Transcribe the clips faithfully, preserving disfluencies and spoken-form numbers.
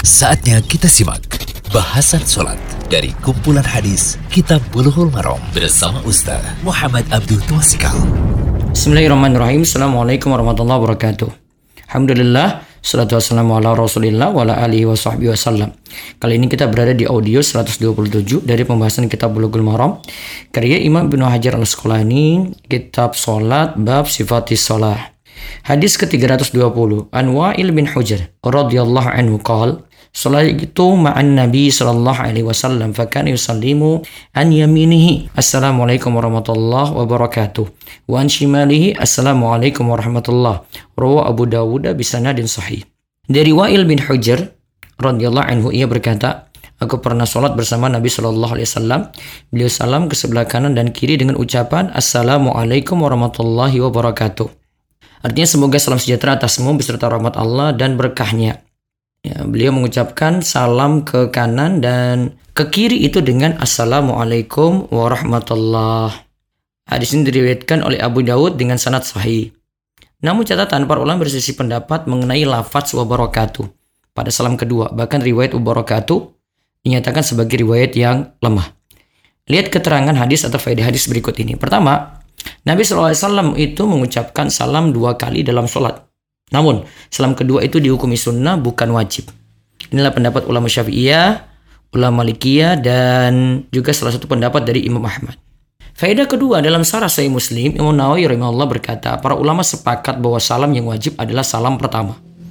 Saatnya kita simak bahasan sholat dari kumpulan hadis Kitab Bulughul Maram bersama Ustaz Muhammad Abdul Twasikal. Bismillahirrahmanirrahim. Assalamualaikum warahmatullahi wabarakatuh. Alhamdulillah, salatu wassalamu ala rasulillah wa ala alihi wa sahbihi wasallam. Kali ini kita berada di audio seratus dua puluh tujuh dari pembahasan Kitab Bulughul Maram karya Imam Ibnu Hajar Al-Asqalani, Kitab Sholat, Bab Sifatis Sholah. Hadis ke tiga ratus dua puluh, An Wa'il bin Hujr radhiyallahu anhu qala Salatu ma'an Nabi sallallahu alaihi wasallam fakana yusallimu an yaminihi assalamualaikum warahmatullahi wabarakatuh wa an shimalihi assalamualaikum warahmatullahi. Rawahu Abu Dawud bisanadin sahih. Dari Wa'il bin Hujr radhiyallahu anhu, ia berkata, aku pernah sholat bersama Nabi sallallahu alaihi wasallam. Beliau salam ke sebelah kanan dan kiri dengan ucapan assalamualaikum warahmatullahi wabarakatuh. Artinya semoga salam sejahtera atasmu beserta rahmat Allah dan berkahnya. Ya, beliau mengucapkan salam ke kanan dan ke kiri itu dengan assalamualaikum warahmatullah. Hadis ini diriwayatkan oleh Abu Dawud dengan sanad sahih. Namun catatan para ulama bersisi pendapat mengenai lafaz wa barakatuh pada salam kedua. Bahkan riwayat wa barakatuh dinyatakan sebagai riwayat yang lemah. Lihat keterangan hadis atau faedah hadis berikut ini. Pertama, Nabi shallallahu alaihi wasallam itu mengucapkan salam dua kali dalam sholat. Namun, salam kedua itu dihukumi sunnah, bukan wajib. Inilah pendapat ulama Syafi'iyah, ulama Malikiyah, dan juga salah satu pendapat dari Imam Ahmad. Faedah kedua, dalam Syarah Sahih Muslim, Imam Nawawi rahimahullah berkata, para ulama sepakat bahwa salam yang wajib adalah salam pertama.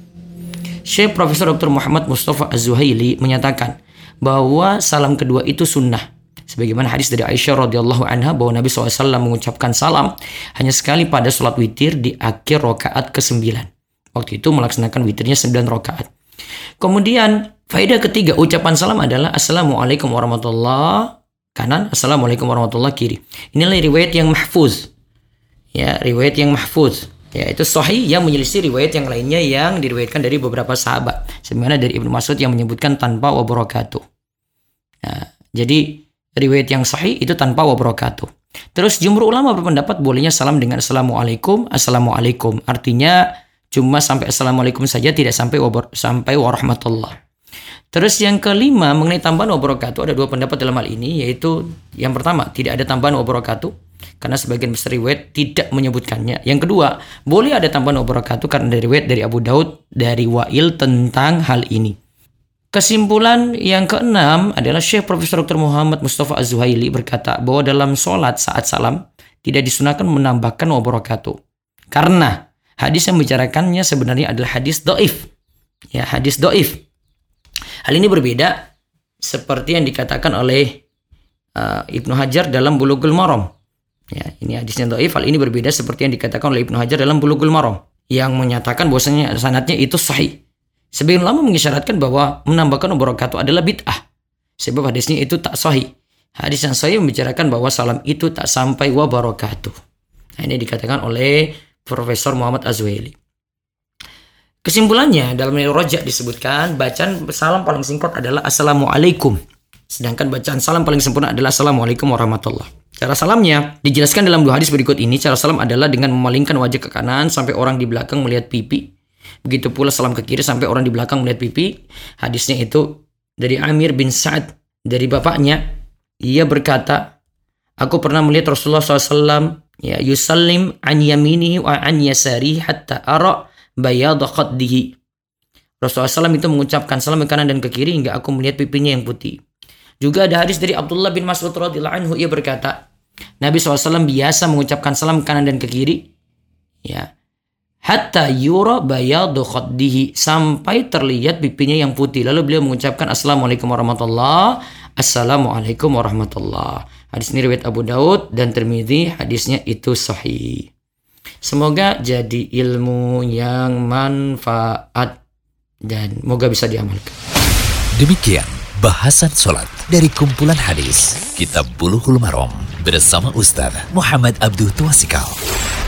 Syekh Profesor Doktor Muhammad Mustafa Az-Zuhaili menyatakan bahwa salam kedua itu sunnah. Sebagaimana hadis dari Aisyah radhiyallahu anha bahwa Nabi shallallahu alaihi wasallam mengucapkan salam hanya sekali pada sholat witir di akhir rakaat kesembilan. Waktu itu melaksanakan witirnya sembilan rakaat. Kemudian faedah ketiga, ucapan salam adalah assalamualaikum warahmatullahi kanan, assalamualaikum warahmatullahi kiri. Inilah riwayat yang mahfuz. Ya, riwayat yang mahfuz. Ya, itu sahih yang menyelisih riwayat yang lainnya yang diriwayatkan dari beberapa sahabat. Sebagaimana dari Ibnu Mas'ud yang menyebutkan tanpa wa barakatuh. Nah, jadi riwayat yang sahih itu tanpa wa barakatuh. Terus jumhur ulama berpendapat bolehnya salam dengan assalamualaikum, assalamualaikum. Artinya cuma sampai assalamualaikum saja, tidak sampai wabar, sampai warahmatullah. Terus yang kelima mengenai tambahan wabarakatuh, ada dua pendapat dalam hal ini, yaitu yang pertama tidak ada tambahan wabarakatuh karena sebagian besar riwayat tidak menyebutkannya. Yang kedua, boleh ada tambahan wabarakatuh karena dari riwayat dari Abu Daud dari Wa'il tentang hal ini. Kesimpulan yang keenam adalah Syekh Profesor Doktor Muhammad Mustafa Az-Zuhaili berkata bahwa dalam sholat saat salam tidak disunahkan menambahkan wabarakatuh karena hadis yang membicarakannya sebenarnya adalah hadis dhaif. Ya, hadis dhaif. Hal ini berbeda seperti yang dikatakan oleh uh, Ibnu Hajar dalam Bulughul Maram. Ya, ini hadisnya dhaif. Hal ini berbeda seperti yang dikatakan oleh Ibnu Hajar dalam Bulughul Maram yang menyatakan bahwasanya sanadnya itu sahih. Sebagian ulama mengisyaratkan bahwa menambahkan wabarakatuh adalah bid'ah sebab hadisnya itu tak sahih. Hadis yang sahih membicarakan bahwa salam itu tak sampai wabarakatuh. Nah, ini dikatakan oleh Profesor Muhammad Az-Zuhaili. Kesimpulannya dalam Rojak disebutkan bacaan salam paling singkat adalah assalamualaikum. Sedangkan bacaan salam paling sempurna adalah assalamualaikum warahmatullah. Cara salamnya dijelaskan dalam dua hadis berikut ini. Cara salam adalah dengan memalingkan wajah ke kanan sampai orang di belakang melihat pipi. Begitu pula salam ke kiri sampai orang di belakang melihat pipi. Hadisnya itu dari Amir bin Sa'ad dari bapaknya. Ia berkata, aku pernah melihat Rasulullah shallallahu alaihi wasallam ya yusallim an yaminihi wa an yasarihi hatta ara bayad khaddihi. Rasulullah shallallahu alaihi wasallam itu mengucapkan salam ke kanan dan ke kiri hingga aku melihat pipinya yang putih. Juga ada hadis dari Abdullah bin Mas'ud radhiyallahu anhu, ia berkata, Nabi shallallahu alaihi wasallam biasa mengucapkan salam ke kanan dan ke kiri ya hatta yura bayad khaddihi, sampai terlihat pipinya yang putih. Lalu beliau mengucapkan assalamualaikum warahmatullah, assalamualaikum warahmatullah. Hadis ini riwayat Abu Daud dan Tirmidzi, hadisnya itu sahih. Semoga jadi ilmu yang manfaat dan moga bisa diamalkan. Demikian bahasan sholat dari kumpulan hadis Kitab Bulughul Maram bersama Ustaz Muhammad Abdul Twasikal.